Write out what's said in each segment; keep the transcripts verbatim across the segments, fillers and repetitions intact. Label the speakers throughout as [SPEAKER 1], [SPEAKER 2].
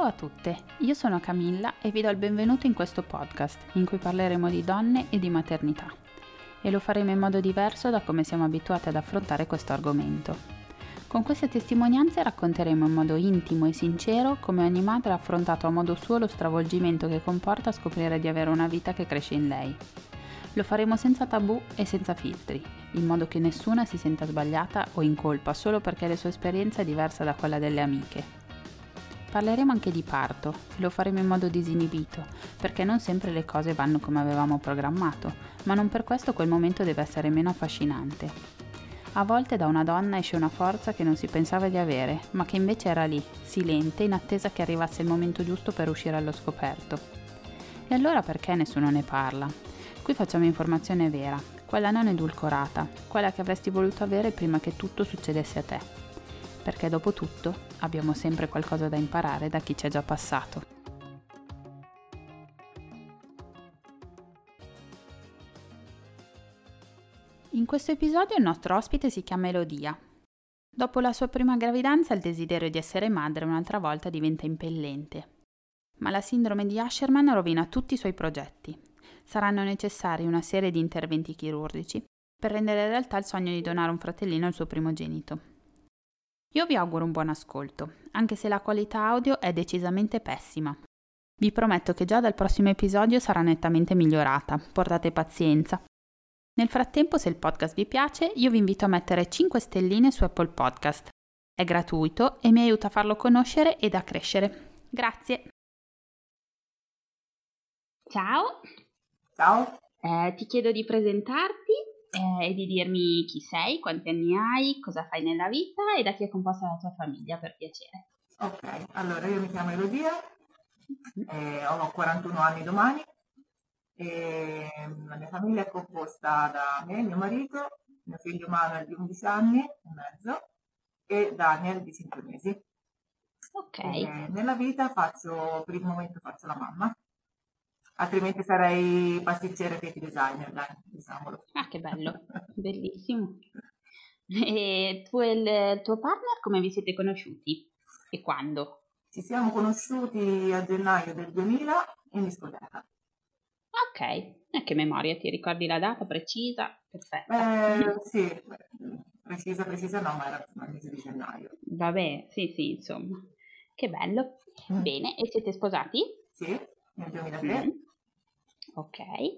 [SPEAKER 1] Ciao a tutte, io sono Camilla e vi do il benvenuto in questo podcast in cui parleremo di donne e di maternità. E lo faremo in modo diverso da come siamo abituati ad affrontare questo argomento. Con queste testimonianze racconteremo in modo intimo e sincero come ogni madre ha affrontato a modo suo lo stravolgimento che comporta scoprire di avere una vita che cresce in lei. Lo faremo senza tabù e senza filtri, in modo che nessuna si senta sbagliata o in colpa solo perché la sua esperienza è diversa da quella delle amiche. Parleremo anche di parto e lo faremo in modo disinibito, perché non sempre le cose vanno come avevamo programmato, ma non per questo quel momento deve essere meno affascinante. A volte da una donna esce una forza che non si pensava di avere, ma che invece era lì, silente, in attesa che arrivasse il momento giusto per uscire allo scoperto. E allora perché nessuno ne parla? Qui facciamo informazione vera, quella non edulcorata, quella che avresti voluto avere prima che tutto succedesse a te. Perché dopo tutto abbiamo sempre qualcosa da imparare da chi ci è già passato. In questo episodio il nostro ospite si chiama Elodia. Dopo la sua prima gravidanza il desiderio di essere madre un'altra volta diventa impellente. Ma la sindrome di Asherman rovina tutti i suoi progetti. Saranno necessari una serie di interventi chirurgici per rendere realtà il sogno di donare un fratellino al suo primogenito. Io vi auguro un buon ascolto, anche se la qualità audio è decisamente pessima. Vi prometto che già dal prossimo episodio sarà nettamente migliorata, portate pazienza. Nel frattempo, se il podcast vi piace, io vi invito a mettere cinque stelline su Apple Podcast. È gratuito e mi aiuta a farlo conoscere ed a crescere. Grazie! Ciao!
[SPEAKER 2] Ciao!
[SPEAKER 1] Eh, ti chiedo di presentarti eh, e di dirmi chi sei, quanti anni hai, cosa fai nella vita e da chi è composta la tua famiglia, per piacere.
[SPEAKER 2] Ok, allora io mi chiamo Elodia, eh, ho quarantuno anni domani e la mia famiglia è composta da me, mio marito, mio figlio Manuel di undici anni e mezzo e Daniel di cinque mesi.
[SPEAKER 1] Ok.
[SPEAKER 2] E nella vita faccio, per il momento faccio la mamma, altrimenti sarei pasticcere e designer, dai, diciamolo.
[SPEAKER 1] Ah, che bello, bellissimo. E tu e il tuo partner come vi siete conosciuti? E quando?
[SPEAKER 2] Ci siamo conosciuti a gennaio del duemila in discoteca.
[SPEAKER 1] Ok, e che memoria, ti ricordi la data precisa? Perfetta.
[SPEAKER 2] Eh, sì, precisa, precisa no, ma era il mese di gennaio.
[SPEAKER 1] Vabbè, sì, sì, insomma. Che bello.
[SPEAKER 2] Mm.
[SPEAKER 1] Bene, e siete sposati?
[SPEAKER 2] Sì, nel duemilatré.
[SPEAKER 1] Mm. Ok.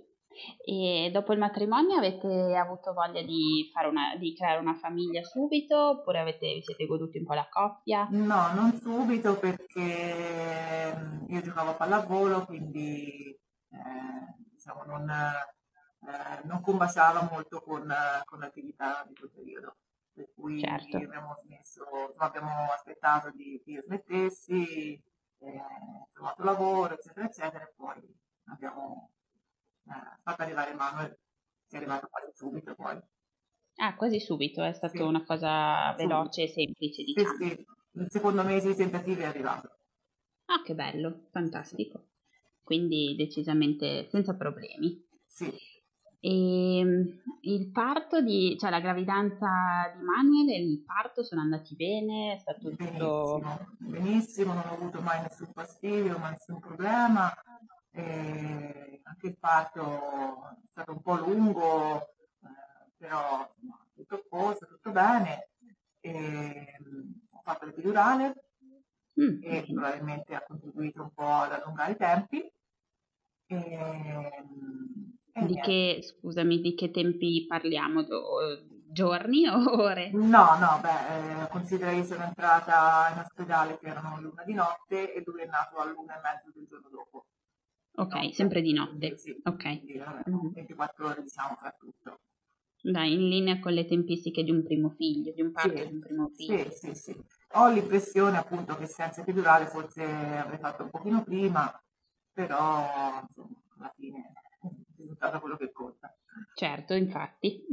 [SPEAKER 1] E dopo il matrimonio avete avuto voglia di, fare una, di creare una famiglia subito oppure avete, vi siete goduti un po' la coppia?
[SPEAKER 2] No, non subito perché mm, io giocavo a pallavolo, quindi eh, diciamo non, eh, non combaciava molto con, eh, con l'attività di quel periodo. Per cui
[SPEAKER 1] Certo.
[SPEAKER 2] abbiamo smesso, insomma, abbiamo aspettato di, che io smettessi, eh, ho trovato lavoro, eccetera, eccetera, e poi abbiamo eh, fatto arrivare Manuel, che è arrivato quasi subito poi.
[SPEAKER 1] Ah, quasi subito, è stata
[SPEAKER 2] Sì,
[SPEAKER 1] una cosa
[SPEAKER 2] subito.
[SPEAKER 1] veloce e semplice,
[SPEAKER 2] Sì,
[SPEAKER 1] diciamo.
[SPEAKER 2] sì, il secondo mese di tentativi è arrivato.
[SPEAKER 1] Ah, che bello, fantastico. Quindi decisamente senza problemi.
[SPEAKER 2] Sì,
[SPEAKER 1] E il parto di, cioè la gravidanza di Manuel e il parto sono andati bene, è stato tutto...
[SPEAKER 2] benissimo, benissimo, non ho avuto mai nessun fastidio, mai nessun problema. E anche il parto è stato un po' lungo, eh, però insomma, tutto a posto, tutto bene. E, mm, ho fatto l'epidurale
[SPEAKER 1] Mm,
[SPEAKER 2] e
[SPEAKER 1] bene.
[SPEAKER 2] probabilmente ha contribuito un po' ad allungare i tempi. E, mm, e
[SPEAKER 1] Di
[SPEAKER 2] niente.
[SPEAKER 1] che, scusami, di che tempi parliamo? Gio- Giorni o ore?
[SPEAKER 2] No, no, beh, eh, considera io sono entrata in ospedale che erano l'una di notte e lui è nato all'una e mezzo del giorno dopo. Di
[SPEAKER 1] Ok,
[SPEAKER 2] notte,
[SPEAKER 1] sempre di
[SPEAKER 2] quindi
[SPEAKER 1] notte.
[SPEAKER 2] sì,
[SPEAKER 1] Ok.
[SPEAKER 2] quindi vabbè,
[SPEAKER 1] Mhm.
[SPEAKER 2] ventiquattro ore diciamo fra tutto.
[SPEAKER 1] Dai, in linea con le tempistiche di un primo figlio, di un
[SPEAKER 2] Sì,
[SPEAKER 1] parto di un primo
[SPEAKER 2] sì,
[SPEAKER 1] figlio.
[SPEAKER 2] sì, sì. Ho l'impressione appunto che senza epidurale forse avrei fatto un pochino prima, però insomma, alla fine il risultato è quello che conta.
[SPEAKER 1] Certo, infatti.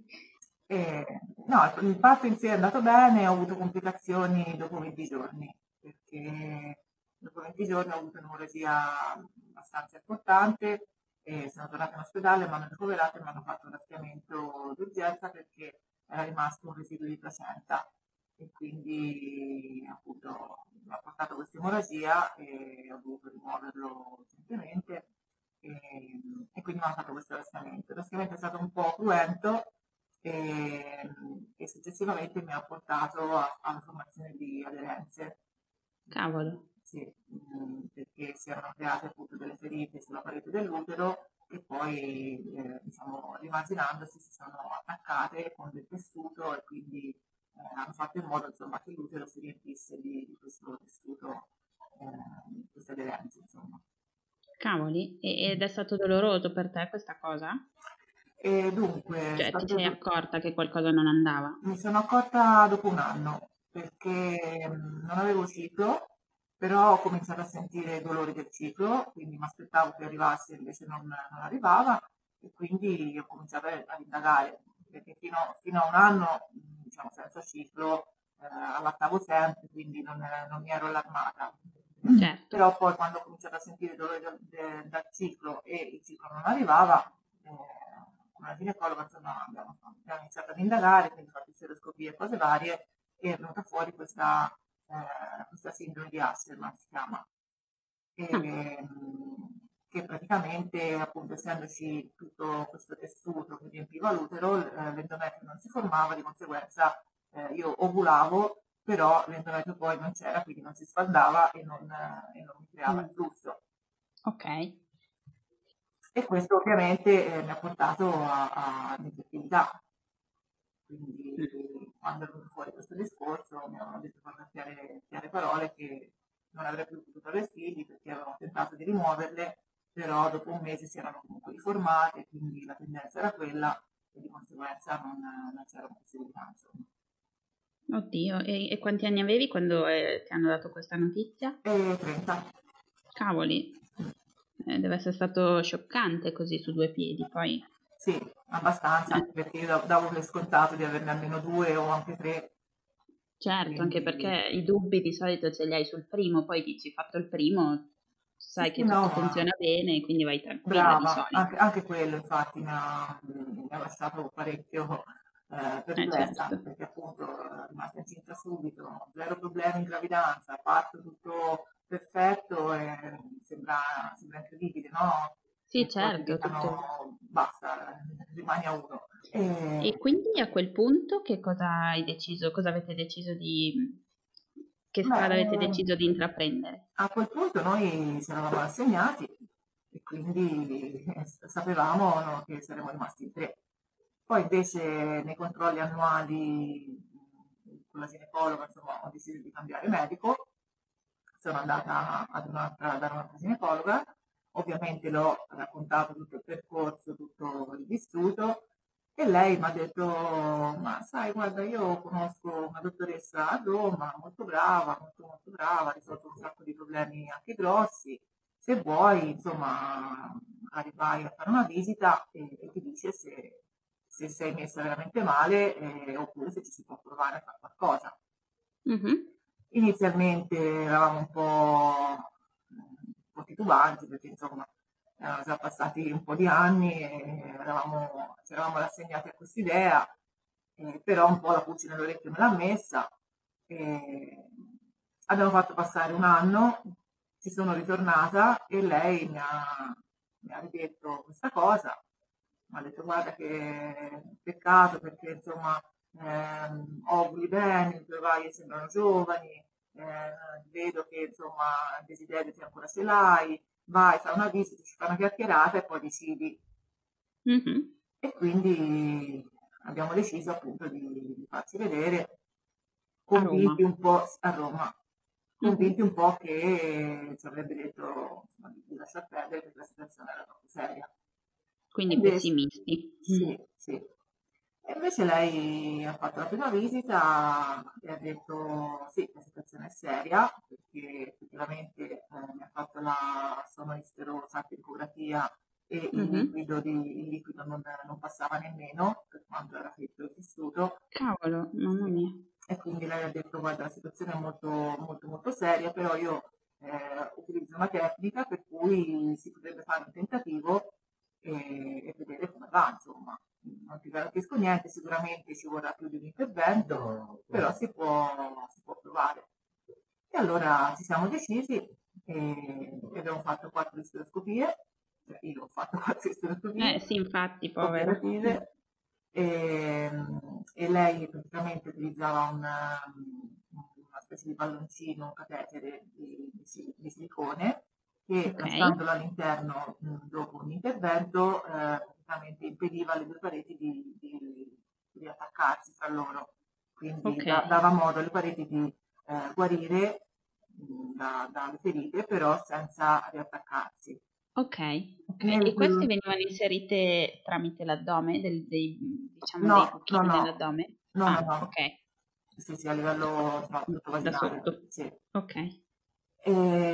[SPEAKER 2] E, no, il parto in sé è andato bene, ho avuto complicazioni dopo venti giorni, perché dopo venti giorni ho avuto un'emorragia abbastanza importante e sono tornata in ospedale, mi hanno ricoverato e mi hanno fatto un raschiamento d'urgenza perché era rimasto un residuo di placenta e quindi appunto mi ha portato questa emorragia e ho dovuto rimuoverlo recentemente e, e quindi mi hanno fatto questo raschiamento. Il raschiamento è stato un po' cruento e, e successivamente mi ha portato a- alla formazione di aderenze.
[SPEAKER 1] Cavolo.
[SPEAKER 2] Sì, mh, perché si erano create appunto delle ferite sulla parete dell'utero e poi, eh, diciamo, rimarginandosi si sono attaccate con del tessuto e quindi eh, hanno fatto in modo insomma, che l'utero si riempisse di, di questo tessuto, eh, di queste aderenze, insomma.
[SPEAKER 1] Cavoli, e- ed è stato doloroso per te questa cosa?
[SPEAKER 2] E dunque, è
[SPEAKER 1] Cioè, ti
[SPEAKER 2] stato
[SPEAKER 1] sei
[SPEAKER 2] do-
[SPEAKER 1] accorta che qualcosa non andava?
[SPEAKER 2] mi sono accorta dopo un anno perché mh, non avevo ciclo, però ho cominciato a sentire i dolori del ciclo, quindi mi aspettavo che arrivasse, invece non, non arrivava e quindi ho cominciato a- ad indagare, perché fino, fino a un anno, mh, diciamo, senza ciclo, eh, allattavo sempre, quindi non, non mi ero allarmata.
[SPEAKER 1] Certo.
[SPEAKER 2] Però poi quando ho cominciato a sentire i dolori dal, de- dal ciclo e il ciclo non arrivava, eh, con la ginecologa insomma, abbiamo, abbiamo iniziato ad indagare, quindi ho fatto seroscopie e cose varie e è venuta fuori questa, eh, questa sindrome di Asherman, si chiama,
[SPEAKER 1] Ah,
[SPEAKER 2] e, mh, che praticamente, appunto, essendoci tutto questo tessuto che riempiva l'utero, eh, l'endometrio non si formava, di conseguenza eh, io ovulavo, però l'endometrio poi non c'era, quindi non si sfaldava e non, eh, e non mi creava il
[SPEAKER 1] mm,
[SPEAKER 2] flusso.
[SPEAKER 1] ok.
[SPEAKER 2] E questo ovviamente eh, mi ha portato a, a all'infertilità. Quindi
[SPEAKER 1] Mm.
[SPEAKER 2] quando è venuto fuori questo discorso mi hanno detto con chiare, chiare parole che non avrei più potuto avere figli perché avevano tentato di rimuoverle, però dopo un mese si erano comunque riformate, quindi la tendenza era quella e di conseguenza non, non c'era possibilità. Insomma.
[SPEAKER 1] Oddio, e, e quanti anni avevi quando eh, ti hanno dato questa notizia?
[SPEAKER 2] E trenta.
[SPEAKER 1] Cavoli, eh, deve essere stato scioccante così su due piedi, poi...
[SPEAKER 2] Sì, abbastanza,
[SPEAKER 1] eh,
[SPEAKER 2] anche perché io davo per scontato di averne almeno due o anche tre,
[SPEAKER 1] certo, anche
[SPEAKER 2] quindi
[SPEAKER 1] perché i dubbi di solito ce li hai sul primo, poi dici fatto il primo,
[SPEAKER 2] sì,
[SPEAKER 1] sai
[SPEAKER 2] sì,
[SPEAKER 1] che
[SPEAKER 2] no,
[SPEAKER 1] tutto
[SPEAKER 2] ma
[SPEAKER 1] funziona bene, quindi vai tranquilla di
[SPEAKER 2] brava,
[SPEAKER 1] solito.
[SPEAKER 2] anche, anche quello infatti mi ha, mi ha lasciato parecchio eh,
[SPEAKER 1] Eh
[SPEAKER 2] perplessa,
[SPEAKER 1] certo.
[SPEAKER 2] perché appunto è rimasta incinta subito, zero problemi in gravidanza, parto tutto perfetto e sembra, sembra incredibile, no?
[SPEAKER 1] Sì,
[SPEAKER 2] E poi ti
[SPEAKER 1] certo, tutto.
[SPEAKER 2] dicono basta, rimani a uno.
[SPEAKER 1] E
[SPEAKER 2] E,
[SPEAKER 1] quindi a quel punto che cosa hai deciso? Cosa avete deciso di... Che
[SPEAKER 2] beh,
[SPEAKER 1] strada avete
[SPEAKER 2] eh,
[SPEAKER 1] deciso di intraprendere?
[SPEAKER 2] a quel punto noi ci eravamo assegnati e quindi eh, sapevamo no, che saremmo rimasti in tre. Poi invece nei controlli annuali mh, con la ginecologa insomma, ho deciso di cambiare medico, sono andata ad un'altra, da un'altra ginecologa, ovviamente l'ho raccontato tutto il percorso, tutto il vissuto e lei mi ha detto, ma sai, guarda, io conosco una dottoressa a Roma, molto brava, molto molto brava, ha risolto un sacco di problemi anche grossi, se vuoi, insomma, arrivai a fare una visita e, e ti dice se, se sei messa veramente male eh, oppure se ci si può provare a fare qualcosa.
[SPEAKER 1] Mhm.
[SPEAKER 2] Inizialmente eravamo un po', un po' titubanti perché insomma erano già passati un po' di anni e eravamo, ci eravamo rassegnati a quest'idea, eh, però un po' la pulce nell'orecchio me l'ha messa. E abbiamo fatto passare un anno, ci sono ritornata e lei mi ha, mi ha ridetto questa cosa, mi ha detto guarda che peccato perché insomma ehm, ovuli bene, i tuoi ovari sembrano giovani, eh, vedo che insomma il desiderio che ancora ce l'hai, vai, fai una visita, ci fai una chiacchierata e poi decidi.
[SPEAKER 1] Mhm.
[SPEAKER 2] E quindi abbiamo deciso appunto di, di farci vedere,
[SPEAKER 1] A Roma.
[SPEAKER 2] convinti un po' a Roma,
[SPEAKER 1] Mhm.
[SPEAKER 2] convinti un po' che ci avrebbe detto insomma, di, di lasciar perdere perché la situazione era troppo seria.
[SPEAKER 1] Quindi
[SPEAKER 2] Invece,
[SPEAKER 1] pessimisti. Mm.
[SPEAKER 2] sì, sì. E invece lei ha fatto la prima visita e ha detto sì, la situazione è seria perché effettivamente eh, mi ha fatto la sonoisterosarcopgrafia e il
[SPEAKER 1] Mhm.
[SPEAKER 2] liquido, di, il liquido non, non passava nemmeno per quanto era freddo il tessuto.
[SPEAKER 1] Cavolo, mamma
[SPEAKER 2] Sì.
[SPEAKER 1] mia.
[SPEAKER 2] E quindi lei ha detto guarda la situazione è molto molto molto seria, però io eh, utilizzo una tecnica per cui si potrebbe fare un tentativo e, e vedere come va, insomma. Non ti garantisco niente, sicuramente ci vorrà più di un intervento, però si può, si può provare. E allora ci siamo decisi e abbiamo fatto quattro isteroscopie, cioè io ho fatto quattro isteroscopie
[SPEAKER 1] Eh sì, infatti, povero.
[SPEAKER 2] operative e, e lei praticamente utilizzava una, una specie di palloncino, un catetere di, di, di silicone che
[SPEAKER 1] Ok,
[SPEAKER 2] lasciandolo all'interno mh, dopo un intervento eh, praticamente impediva alle due pareti di, di, di attaccarsi tra loro, quindi
[SPEAKER 1] ok,
[SPEAKER 2] da, dava modo alle pareti di eh, guarire mh, da, dalle ferite però senza riattaccarsi.
[SPEAKER 1] ok, ok.
[SPEAKER 2] Nel,
[SPEAKER 1] E queste venivano inserite tramite l'addome, del- dei, diciamo
[SPEAKER 2] no,
[SPEAKER 1] dei
[SPEAKER 2] no,
[SPEAKER 1] buchini
[SPEAKER 2] no,
[SPEAKER 1] nell'addome?
[SPEAKER 2] no, no,
[SPEAKER 1] Ah,
[SPEAKER 2] no,
[SPEAKER 1] ok,
[SPEAKER 2] sì, sì, a livello no, tutto
[SPEAKER 1] da
[SPEAKER 2] vaginale,
[SPEAKER 1] sotto.
[SPEAKER 2] sì.
[SPEAKER 1] Ok,
[SPEAKER 2] E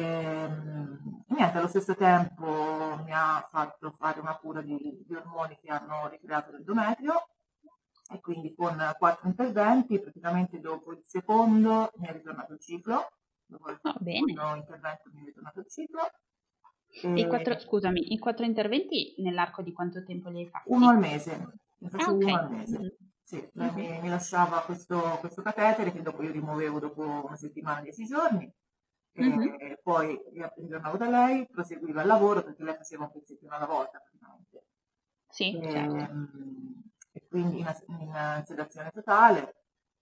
[SPEAKER 2] mm, niente, allo stesso tempo mi ha fatto fare una cura di, di ormoni che hanno ricreato l'endometrio e quindi con quattro interventi, praticamente dopo il secondo mi è ritornato il ciclo, dopo aver
[SPEAKER 1] va
[SPEAKER 2] fatto il
[SPEAKER 1] bene.
[SPEAKER 2] secondo intervento mi è ritornato il ciclo.
[SPEAKER 1] E i quattro,
[SPEAKER 2] E
[SPEAKER 1] scusami, i quattro interventi nell'arco di quanto tempo li hai
[SPEAKER 2] uno al
[SPEAKER 1] fatti?
[SPEAKER 2] mese, ne
[SPEAKER 1] Ah,
[SPEAKER 2] facevo
[SPEAKER 1] ok.
[SPEAKER 2] uno al mese.
[SPEAKER 1] Mhm,
[SPEAKER 2] Sì, lei
[SPEAKER 1] mhm.
[SPEAKER 2] mi, mi lasciava questo, questo catetere che dopo io rimuovevo dopo una settimana, dieci giorni,
[SPEAKER 1] Mhm.
[SPEAKER 2] e poi ritornavo da lei, proseguiva il lavoro perché lei faceva un pezzettino alla volta praticamente.
[SPEAKER 1] Sì, certo.
[SPEAKER 2] E, e quindi in, in sedazione totale.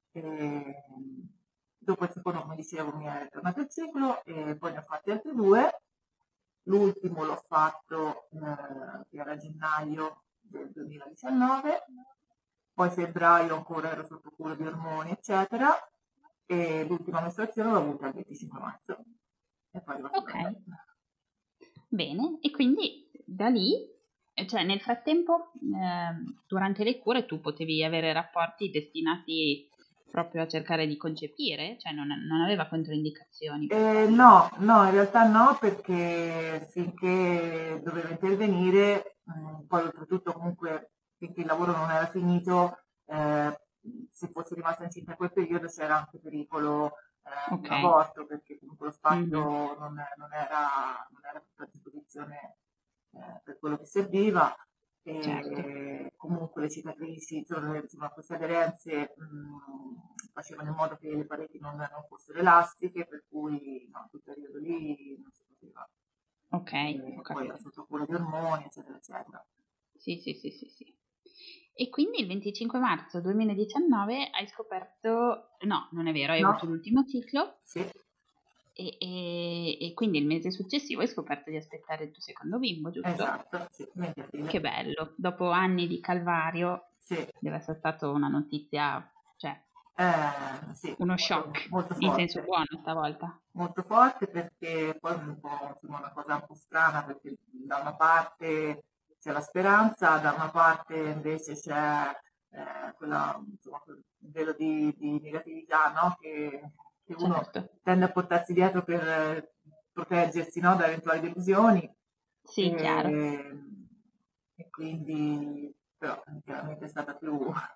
[SPEAKER 2] E, dopo il secondo, come dicevo, mi è tornato il ciclo e poi ne ho fatti altri due. L'ultimo l'ho fatto eh, che era gennaio del duemiladiciannove, poi febbraio ancora ero sotto cura di ormoni, eccetera, e l'ultima mestruazione l'ho avuta il venticinque marzo e poi è arrivato il
[SPEAKER 1] Ok,
[SPEAKER 2] bebè.
[SPEAKER 1] bene. E quindi da lì, eh, cioè nel frattempo, ehm, durante le cure tu potevi avere rapporti destinati proprio a cercare di concepire, cioè non, non aveva controindicazioni per
[SPEAKER 2] Eh,
[SPEAKER 1] quello.
[SPEAKER 2] no, no, in realtà no, perché finché doveva intervenire, mh, poi oltretutto comunque finché il lavoro non era finito, eh, se fosse rimasta incinta in quel periodo c'era anche pericolo eh, di
[SPEAKER 1] Ok.
[SPEAKER 2] un aborto, perché comunque lo spazio
[SPEAKER 1] Mhm.
[SPEAKER 2] non, non era, non era tutto a disposizione eh, per quello che serviva.
[SPEAKER 1] Certo.
[SPEAKER 2] E comunque le cicatrici, insomma, insomma, queste aderenze mh, facevano in modo che le pareti non, non fossero elastiche, per cui no, in quel periodo lì non si poteva.
[SPEAKER 1] Ok, ho
[SPEAKER 2] E poi era
[SPEAKER 1] capito.
[SPEAKER 2] sotto cura di ormoni, eccetera, eccetera.
[SPEAKER 1] Sì, sì, sì, sì, sì. E quindi il venticinque marzo duemiladiciannove hai scoperto, no, non è vero, hai
[SPEAKER 2] No?
[SPEAKER 1] avuto l'ultimo ciclo
[SPEAKER 2] Sì,
[SPEAKER 1] e, e- e quindi il mese successivo hai scoperto di aspettare il tuo secondo bimbo, giusto?
[SPEAKER 2] esatto, sì, venti aprile.
[SPEAKER 1] Che bello, dopo anni di calvario
[SPEAKER 2] Sì,
[SPEAKER 1] deve essere stata una notizia, cioè
[SPEAKER 2] eh, sì,
[SPEAKER 1] uno
[SPEAKER 2] molto,
[SPEAKER 1] shock,
[SPEAKER 2] molto
[SPEAKER 1] in senso
[SPEAKER 2] forte.
[SPEAKER 1] buono stavolta.
[SPEAKER 2] Molto forte perché poi un po' insomma, una cosa un po' strana perché da una parte c'è la speranza, da una parte invece c'è eh, quella, insomma, quel velo di, di negatività no? che, che uno
[SPEAKER 1] Certo,
[SPEAKER 2] tende a portarsi dietro per eh, proteggersi no? da eventuali delusioni
[SPEAKER 1] sì, chiaro.
[SPEAKER 2] e, e quindi però chiaramente è stata più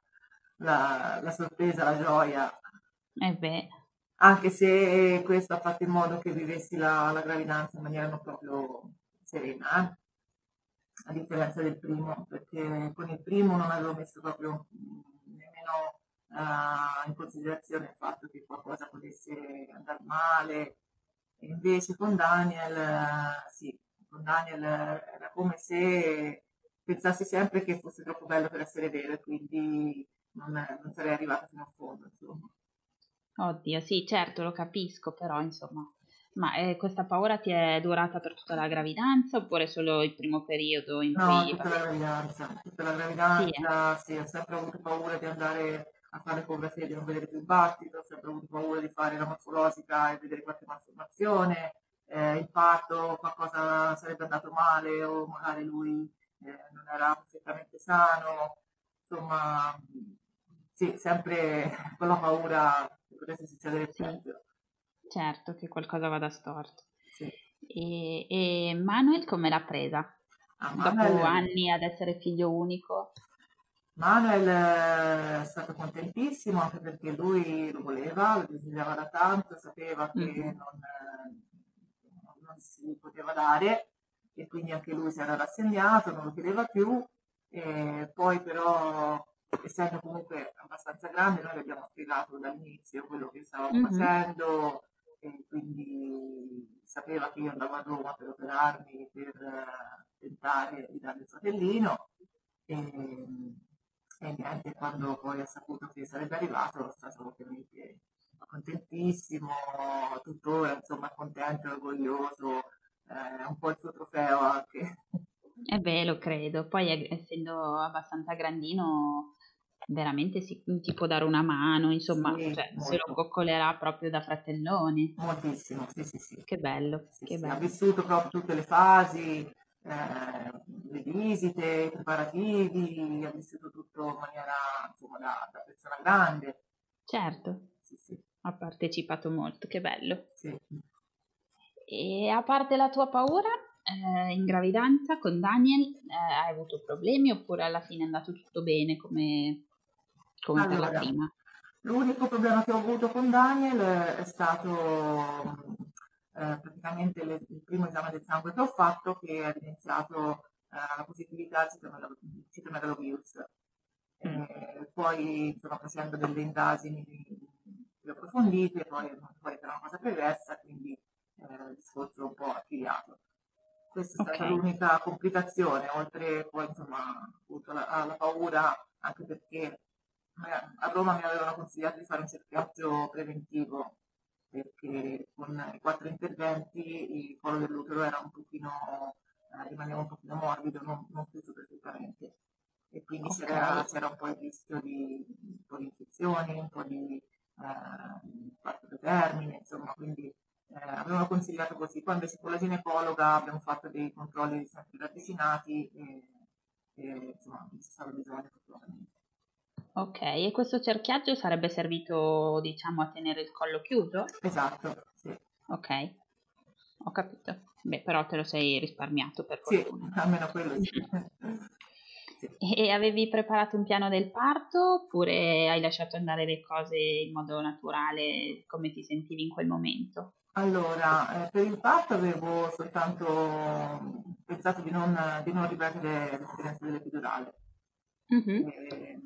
[SPEAKER 2] la, la sorpresa, la gioia
[SPEAKER 1] E beh,
[SPEAKER 2] anche se questo ha fatto in modo che vivessi la, la gravidanza in maniera non proprio serena, eh? A differenza del primo, perché con il primo non avevo messo proprio mh, nemmeno uh, in considerazione il fatto che qualcosa potesse andare male. E invece con Daniel, uh, sì, con Daniel era come se pensassi sempre che fosse troppo bello per essere vero e quindi non, non sarei arrivata fino a fondo, insomma.
[SPEAKER 1] oddio, sì, certo, lo capisco, però insomma, ma eh, questa paura ti è durata per tutta la gravidanza oppure solo il primo periodo in
[SPEAKER 2] No,
[SPEAKER 1] cui,
[SPEAKER 2] tutta la
[SPEAKER 1] vabbè,
[SPEAKER 2] gravidanza, tutta la
[SPEAKER 1] sì, eh,
[SPEAKER 2] gravidanza, sì, ho sempre avuto paura di andare a fare ecografia e di non vedere più il battito, ho sempre avuto paura di fare la morfologica e vedere qualche malformazione, eh, il parto, qualcosa sarebbe andato male o magari lui eh, non era perfettamente sano, insomma, sì, sempre con la paura che potesse succedere
[SPEAKER 1] sì,
[SPEAKER 2] peggio.
[SPEAKER 1] certo che qualcosa vada storto.
[SPEAKER 2] Sì.
[SPEAKER 1] E, e Manuel come l'ha presa?
[SPEAKER 2] A
[SPEAKER 1] Dopo
[SPEAKER 2] Manuel
[SPEAKER 1] anni ad essere figlio unico?
[SPEAKER 2] Manuel eh, è stato contentissimo anche perché lui lo voleva, lo desiderava da tanto, sapeva che
[SPEAKER 1] Mhm.
[SPEAKER 2] non, eh, non si poteva dare e quindi anche lui si era rassegnato, non lo chiedeva più. E poi però, essendo comunque abbastanza grande, noi gli abbiamo spiegato dall'inizio quello che stavamo
[SPEAKER 1] Mhm.
[SPEAKER 2] facendo e quindi sapeva che io andavo a Roma per operarmi, per eh, tentare di dargli il fratellino e, e niente, quando poi ha saputo che sarebbe arrivato è stato ovviamente contentissimo, tuttora insomma contento, orgoglioso, eh, un po' il suo trofeo anche.
[SPEAKER 1] Eh beh, lo credo. Poi e- essendo abbastanza grandino, veramente si- ti può dare una mano, insomma,
[SPEAKER 2] Sì,
[SPEAKER 1] cioè se lo
[SPEAKER 2] molto,
[SPEAKER 1] coccolerà proprio da fratellone.
[SPEAKER 2] moltissimo, sì, sì, sì.
[SPEAKER 1] Che bello,
[SPEAKER 2] Sì,
[SPEAKER 1] che
[SPEAKER 2] sì, ha
[SPEAKER 1] bello.
[SPEAKER 2] vissuto proprio tutte le fasi, eh, le visite, i preparativi, ha vissuto tutto in maniera, insomma, da, da persona grande.
[SPEAKER 1] Certo,
[SPEAKER 2] Sì, sì,
[SPEAKER 1] ha partecipato molto, che bello.
[SPEAKER 2] sì.
[SPEAKER 1] E a parte la tua paura, eh, in gravidanza con Daniel, eh, hai avuto problemi oppure alla fine è andato tutto bene come, come per la
[SPEAKER 2] Allora,
[SPEAKER 1] prima?
[SPEAKER 2] l'unico problema che ho avuto con Daniel eh, è stato mh, eh, praticamente le- il primo esame del sangue che ho fatto che ha evidenziato eh, la positività al citomegalo- citomegalovirus.
[SPEAKER 1] Mm,
[SPEAKER 2] Eh, poi insomma, facendo delle indagini più approfondite, poi poi era una cosa pregressa, quindi eh, il discorso è un po' archiviato. Questa è
[SPEAKER 1] ok,
[SPEAKER 2] stata l'unica complicazione, oltre poi insomma appunto alla, alla paura, anche perché eh, a Roma mi avevano consigliato di fare un cerchiaggio preventivo, perché con i quattro interventi il collo dell'utero era un pochino, eh, rimaneva un pochino morbido, non, non chiuso perfettamente. E quindi
[SPEAKER 1] ok,
[SPEAKER 2] c'era, c'era un po' il rischio di un po' di infezioni, un po' di eh, parto pretermine, insomma, quindi eh, avevano consigliato così. Poi invece con la ginecologa abbiamo fatto dei controlli sempre ravvicinati e, e insomma non c'è stato bisogno fortunatamente.
[SPEAKER 1] ok. E questo cerchiaggio sarebbe servito, diciamo, a tenere il collo chiuso?
[SPEAKER 2] Esatto, sì.
[SPEAKER 1] Ok, ho capito. Beh, però te lo sei risparmiato per
[SPEAKER 2] Sì,
[SPEAKER 1] fortuna.
[SPEAKER 2] almeno quello sì. Sì.
[SPEAKER 1] E avevi preparato un piano del parto oppure hai lasciato andare le cose in modo naturale come ti sentivi in quel momento?
[SPEAKER 2] Allora, eh, per il parto avevo soltanto mm, pensato di non, di non ripetere l'esperienza dell'epidurale.
[SPEAKER 1] Mhm.
[SPEAKER 2] E,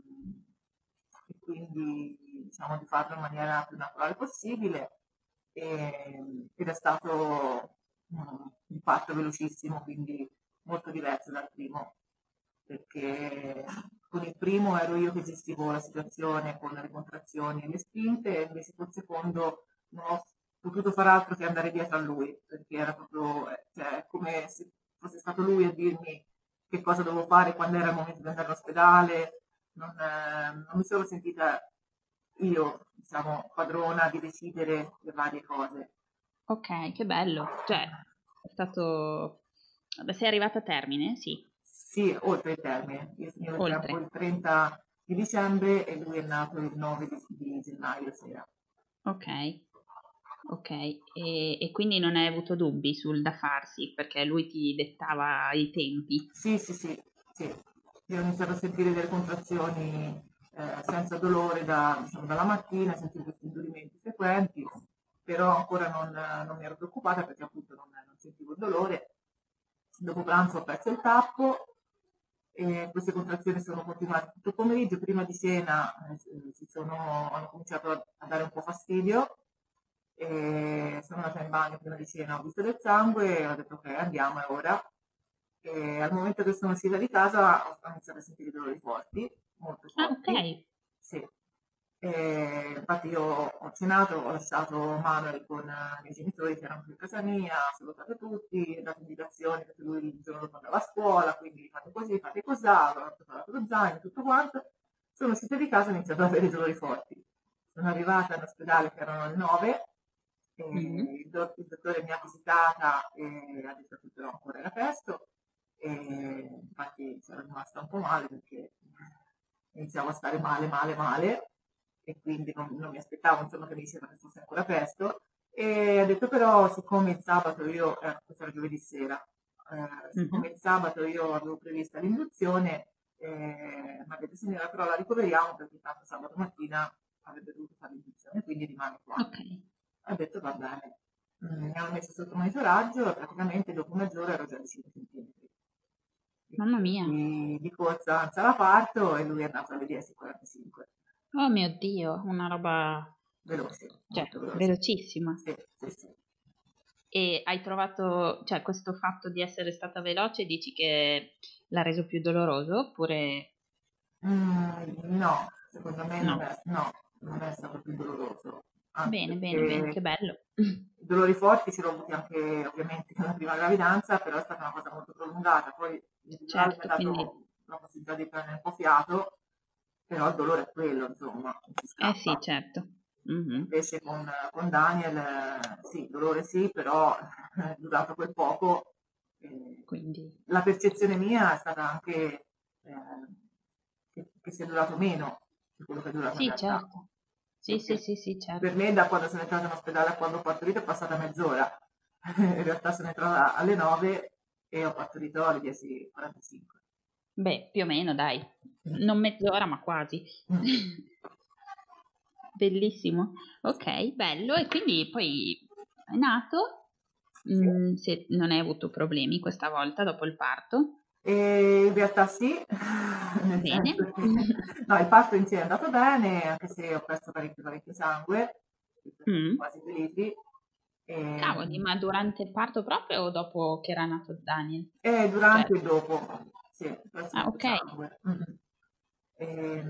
[SPEAKER 2] e quindi diciamo di farlo in maniera più naturale possibile e- ed è stato mm, un parto velocissimo, quindi molto diverso dal primo, perché con il primo ero io che gestivo la situazione con le contrazioni e le spinte, e invece col secondo non ho potuto far altro che andare dietro a lui, perché era proprio eh, cioè, come se fosse stato lui a dirmi che cosa dovevo fare quando era il momento di andare all'ospedale, non, eh, non mi sono sentita io, diciamo, padrona di decidere le varie cose.
[SPEAKER 1] Ok, che bello. Cioè, è stato... Vabbè, sei arrivata a termine? Sì,
[SPEAKER 2] Sì, oltre il termine. Io finivo il tempo
[SPEAKER 1] oltre.
[SPEAKER 2] il trenta di dicembre e lui è nato il nove di, di gennaio sera.
[SPEAKER 1] Ok, ok. E, e quindi non hai avuto dubbi sul da farsi perché lui ti dettava i tempi.
[SPEAKER 2] Sì, sì, sì, sì. Io ho iniziato a sentire delle contrazioni eh, senza dolore da, diciamo, dalla mattina, sentivo questi indurimenti frequenti, però ancora non, non mi ero preoccupata perché appunto non, non sentivo il dolore. Dopo pranzo ho perso il tappo e queste contrazioni sono continuate tutto il pomeriggio. Prima di cena eh, si sono, hanno cominciato a, a dare un po' fastidio. E sono andata in bagno prima di cena, ho visto del sangue e ho detto ok, andiamo, è ora. E al momento che sono uscita di casa ho iniziato a sentire dolori forti, molto
[SPEAKER 1] Ah, ok.
[SPEAKER 2] forti. Sì. E infatti io ho cenato, ho lasciato Manuel con eh, i miei genitori che erano qui a casa mia, ho salutato tutti, ho dato indicazioni perché lui il giorno dopo andava a scuola, quindi fate così, fate così, ho preparato lo zaino, tutto quanto. Sono uscita di casa e ho iniziato ad avere dolori forti. Sono arrivata all'ospedale che erano le nove, e
[SPEAKER 1] Mhm.
[SPEAKER 2] il, do- il dottore mi ha visitata e ha detto che però ancora era presto e infatti sono rimasta un po' male perché iniziavo a stare male, male, male e quindi non, non mi aspettavo insomma che mi diceva che fosse ancora presto e ha detto però siccome il sabato io, eh, questo era giovedì sera, eh, siccome
[SPEAKER 1] Mhm.
[SPEAKER 2] il sabato io avevo prevista l'induzione, eh, mi ha detto signora però la ricoveriamo perché tanto sabato mattina avrebbe dovuto fare l'induzione, quindi rimane qua.
[SPEAKER 1] Ok,
[SPEAKER 2] Ha detto va bene. Mm, mi hanno messo sotto monitoraggio e praticamente dopo mezz'ora ero già a cinque centimetri. E
[SPEAKER 1] mamma mia.
[SPEAKER 2] quindi di corsa alza la parto e lui è andato alle dieci e quarantacinque.
[SPEAKER 1] Oh mio Dio, una roba
[SPEAKER 2] veloce,
[SPEAKER 1] Cioè,
[SPEAKER 2] molto veloce.
[SPEAKER 1] velocissima.
[SPEAKER 2] Sì, sì, sì.
[SPEAKER 1] E hai trovato, cioè questo fatto di essere stata veloce, dici che l'ha reso più doloroso oppure
[SPEAKER 2] Mm, no, secondo me non
[SPEAKER 1] no?
[SPEAKER 2] è, no, non è stato più doloroso, anche
[SPEAKER 1] Bene, bene, bene, che
[SPEAKER 2] perché
[SPEAKER 1] bello.
[SPEAKER 2] i dolori forti ce l'ho avuti anche ovviamente nella prima gravidanza, però è stata una cosa molto prolungata. Poi l'epidurale mi ha
[SPEAKER 1] Certo, quindi,
[SPEAKER 2] dato la possibilità di prendere un po' fiato, però il dolore è quello, insomma, non si
[SPEAKER 1] eh sì,
[SPEAKER 2] scappa.
[SPEAKER 1] certo. Mhm.
[SPEAKER 2] Invece con, con Daniel, eh, sì, dolore sì, però è durato quel poco. eh,
[SPEAKER 1] Quindi,
[SPEAKER 2] la percezione mia è stata anche eh, che, che sia durato meno di quello che è durato in
[SPEAKER 1] sì,
[SPEAKER 2] realtà.
[SPEAKER 1] certo. Sì, sì,
[SPEAKER 2] Perché
[SPEAKER 1] sì, sì,
[SPEAKER 2] per
[SPEAKER 1] certo.
[SPEAKER 2] me da quando sono entrata in ospedale a quando ho partorito è passata mezz'ora. In realtà sono entrata alle nove e ho partorito alle dieci e quarantacinque.
[SPEAKER 1] Beh, più o meno, dai. Non mezz'ora, ma quasi.
[SPEAKER 2] Mm.
[SPEAKER 1] Bellissimo. Ok, bello. E quindi poi è nato,
[SPEAKER 2] Sì.
[SPEAKER 1] mm, se non hai avuto problemi questa volta dopo il parto.
[SPEAKER 2] E in realtà sì, nel
[SPEAKER 1] Bene.
[SPEAKER 2] senso che no, il parto in sé è andato bene, anche se ho perso parecchio parecchio sangue,
[SPEAKER 1] Mm.
[SPEAKER 2] quasi due litri, e,
[SPEAKER 1] Cavoli, ma durante il parto proprio o dopo che era nato Daniel?
[SPEAKER 2] e
[SPEAKER 1] Cioè,
[SPEAKER 2] durante e dopo, sì, ho perso
[SPEAKER 1] ah,
[SPEAKER 2] molto
[SPEAKER 1] ok.
[SPEAKER 2] sangue. Mm. E,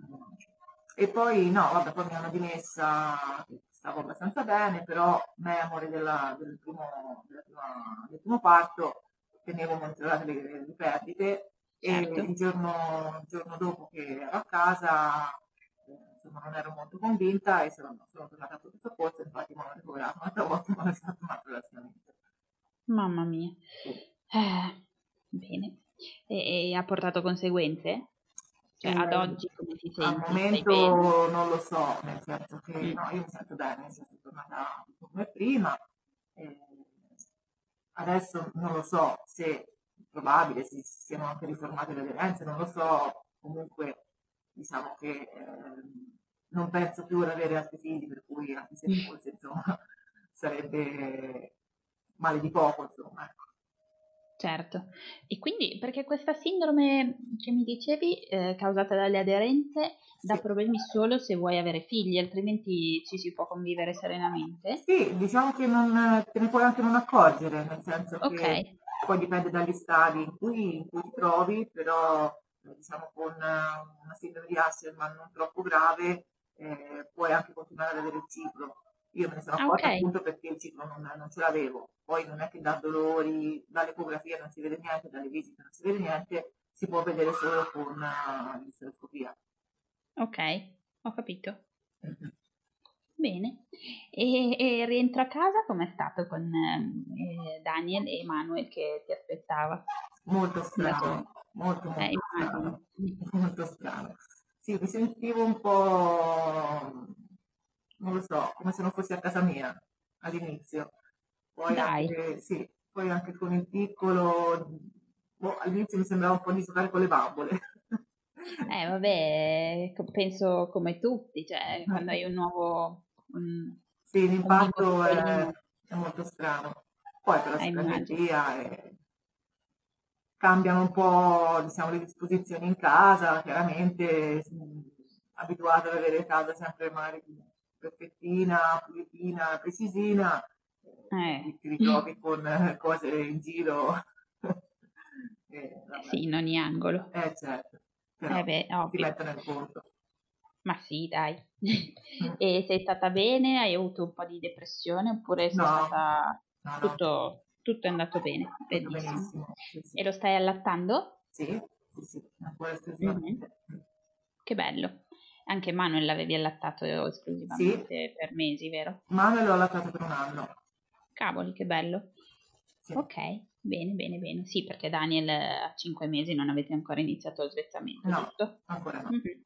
[SPEAKER 2] e poi no, vabbè, poi mi hanno dimessa, stavo abbastanza bene, però memore della- del, primo, della prima- del primo parto, tenevo monitorate le, le perdite e
[SPEAKER 1] Certo.
[SPEAKER 2] il giorno, il giorno dopo che ero a casa, eh, insomma, non ero molto convinta e sono, sono tornata a pronto soccorso, infatti mi hanno ricoverato un'altra volta e mi hanno fatto un altro relazionamento.
[SPEAKER 1] Mamma mia.
[SPEAKER 2] Sì.
[SPEAKER 1] Eh, bene. E, e ha portato conseguenze? Cioè, ad
[SPEAKER 2] Ehm,
[SPEAKER 1] oggi come ti
[SPEAKER 2] al
[SPEAKER 1] senti? Stai bene?
[SPEAKER 2] momento non lo so, nel senso che
[SPEAKER 1] Mm.
[SPEAKER 2] no, io mi sento bene, nel senso sono tornata come prima. eh, Adesso non lo so se è probabile si si siano anche riformate le aderenze, non lo so, comunque diciamo che ehm, non penso più ad avere altri figli, per cui anche se fosse, insomma, sarebbe male di poco, insomma. Ecco.
[SPEAKER 1] Certo. E quindi, perché questa sindrome che mi dicevi, eh, causata dalle aderenze, dà
[SPEAKER 2] Sì.
[SPEAKER 1] problemi solo se vuoi avere figli, altrimenti ci si può convivere serenamente?
[SPEAKER 2] Sì, diciamo che non, te ne puoi anche non accorgere, nel senso
[SPEAKER 1] Ok,
[SPEAKER 2] che poi dipende dagli stadi in cui, in cui ti trovi, però eh, diciamo con eh, una sindrome di Asherman non troppo grave eh, puoi anche continuare ad avere il ciclo. Io me ne sono
[SPEAKER 1] ah, ok,
[SPEAKER 2] accorta appunto perché il ciclo non, non ce l'avevo, poi non è che dà dolori, dall'ecografia non si vede niente, dalle visite non si vede niente, si può vedere solo con uh, l'isteroscopia.
[SPEAKER 1] ok, ho capito. Bene. E, e rientro a casa com'è stato con ehm, eh, Daniel e Manuel che ti aspettava?
[SPEAKER 2] Molto
[SPEAKER 1] Da soli?
[SPEAKER 2] strano, molto
[SPEAKER 1] Eh,
[SPEAKER 2] molto
[SPEAKER 1] immagino.
[SPEAKER 2] strano, molto strano. Sì, mi sentivo un po', non lo so, come se non fossi a casa mia all'inizio. Poi
[SPEAKER 1] Dai.
[SPEAKER 2] anche, sì, poi anche con il piccolo, boh, all'inizio mi sembrava un po' di giocare con le bambole.
[SPEAKER 1] Eh, vabbè, co- penso come tutti, cioè quando hai un nuovo, un,
[SPEAKER 2] Sì,
[SPEAKER 1] un bimbo
[SPEAKER 2] l'impatto è,
[SPEAKER 1] piccolino,
[SPEAKER 2] è molto strano. Poi però
[SPEAKER 1] eh,
[SPEAKER 2] si prende
[SPEAKER 1] immagino.
[SPEAKER 2] via e cambiano un po', diciamo, le disposizioni in casa, chiaramente mh, abituata ad avere casa sempre magari perfettina, pulitina, precisina, eh,
[SPEAKER 1] Eh,
[SPEAKER 2] ti, ti ritrovi con eh, cose in giro. eh,
[SPEAKER 1] eh
[SPEAKER 2] vabbè.
[SPEAKER 1] sì, in ogni angolo.
[SPEAKER 2] Eh certo, però
[SPEAKER 1] Eh beh,
[SPEAKER 2] si
[SPEAKER 1] ovvio.
[SPEAKER 2] mettono in conto.
[SPEAKER 1] Ma sì, dai.
[SPEAKER 2] Mm.
[SPEAKER 1] E sei stata bene? Hai avuto un po' di depressione oppure sei
[SPEAKER 2] No,
[SPEAKER 1] stata
[SPEAKER 2] no, no,
[SPEAKER 1] tutto, tutto è andato bene?
[SPEAKER 2] tutto
[SPEAKER 1] Bellissimo.
[SPEAKER 2] benissimo. Sì, sì,
[SPEAKER 1] E lo stai allattando?
[SPEAKER 2] sì, sì, sì, ancora
[SPEAKER 1] Mhm.
[SPEAKER 2] esclusivamente.
[SPEAKER 1] Che bello. Anche Manuel l'avevi allattato
[SPEAKER 2] Sì,
[SPEAKER 1] esclusivamente per mesi, vero?
[SPEAKER 2] Manuel l'ho allattato per un anno.
[SPEAKER 1] Cavoli, che bello.
[SPEAKER 2] Sì,
[SPEAKER 1] Ok, bene, bene, bene. Sì, perché Daniel eh, a cinque mesi non avete ancora iniziato lo svezzamento,
[SPEAKER 2] no,
[SPEAKER 1] giusto?
[SPEAKER 2] ancora no.
[SPEAKER 1] Mhm.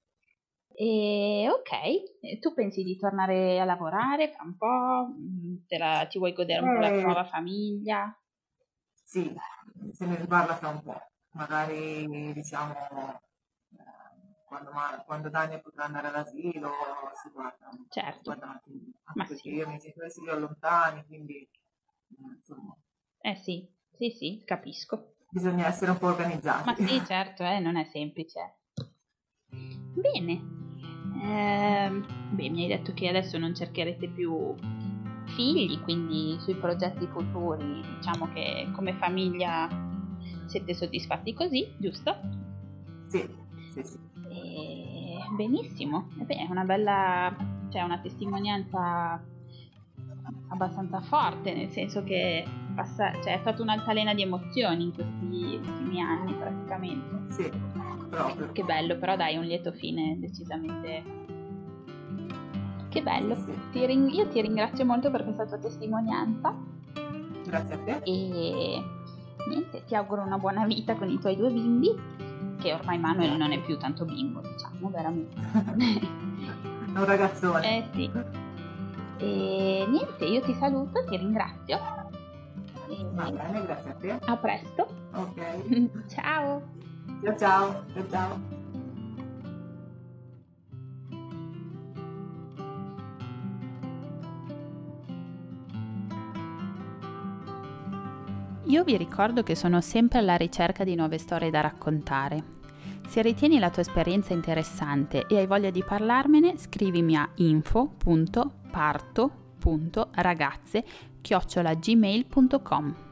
[SPEAKER 1] E ok, e tu pensi di tornare a lavorare fra un po'? Mm, Te la- ti vuoi godere un po' la
[SPEAKER 2] Eh,
[SPEAKER 1] nuova famiglia?
[SPEAKER 2] sì, se ne riparla fra un po', magari diciamo eh, quando, Ma- quando Daniel potrà andare all'asilo si guarda, si
[SPEAKER 1] Certo,
[SPEAKER 2] guarda un attimino, anche
[SPEAKER 1] ma
[SPEAKER 2] perché
[SPEAKER 1] sì,
[SPEAKER 2] io e i miei genitori si vivono lontani, quindi eh, insomma
[SPEAKER 1] eh sì, sì, sì, capisco.
[SPEAKER 2] bisogna essere un po' organizzati.
[SPEAKER 1] Ma sì, certo, eh, non è semplice. Bene, Eh, beh, mi hai detto che adesso non cercherete più figli, quindi sui progetti futuri diciamo che come famiglia siete soddisfatti così, giusto?
[SPEAKER 2] Sì, sì, sì.
[SPEAKER 1] E... benissimo, e beh, è una bella, cioè una testimonianza abbastanza forte, nel senso che passa, cioè, è stata un'altalena di emozioni in questi ultimi anni praticamente.
[SPEAKER 2] Sì, proprio.
[SPEAKER 1] Che bello, però dai, un lieto fine decisamente. Che bello.
[SPEAKER 2] Sì, sì.
[SPEAKER 1] Ti ring- io ti ringrazio molto per questa tua testimonianza.
[SPEAKER 2] Grazie a te.
[SPEAKER 1] E niente, ti auguro una buona vita con i tuoi due bimbi, che ormai Manuel non è più tanto bimbo, diciamo, veramente.
[SPEAKER 2] È un ragazzone.
[SPEAKER 1] Eh sì. E niente, io ti saluto, ti ringrazio. E
[SPEAKER 2] Va bene, grazie a te.
[SPEAKER 1] a presto.
[SPEAKER 2] Ok.
[SPEAKER 1] Ciao.
[SPEAKER 2] Ciao ciao. Ciao ciao.
[SPEAKER 1] Io vi ricordo che sono sempre alla ricerca di nuove storie da raccontare. Se ritieni la tua esperienza interessante e hai voglia di parlarmene, scrivimi a info punto parto punto ragazze chiocciola gmail punto com.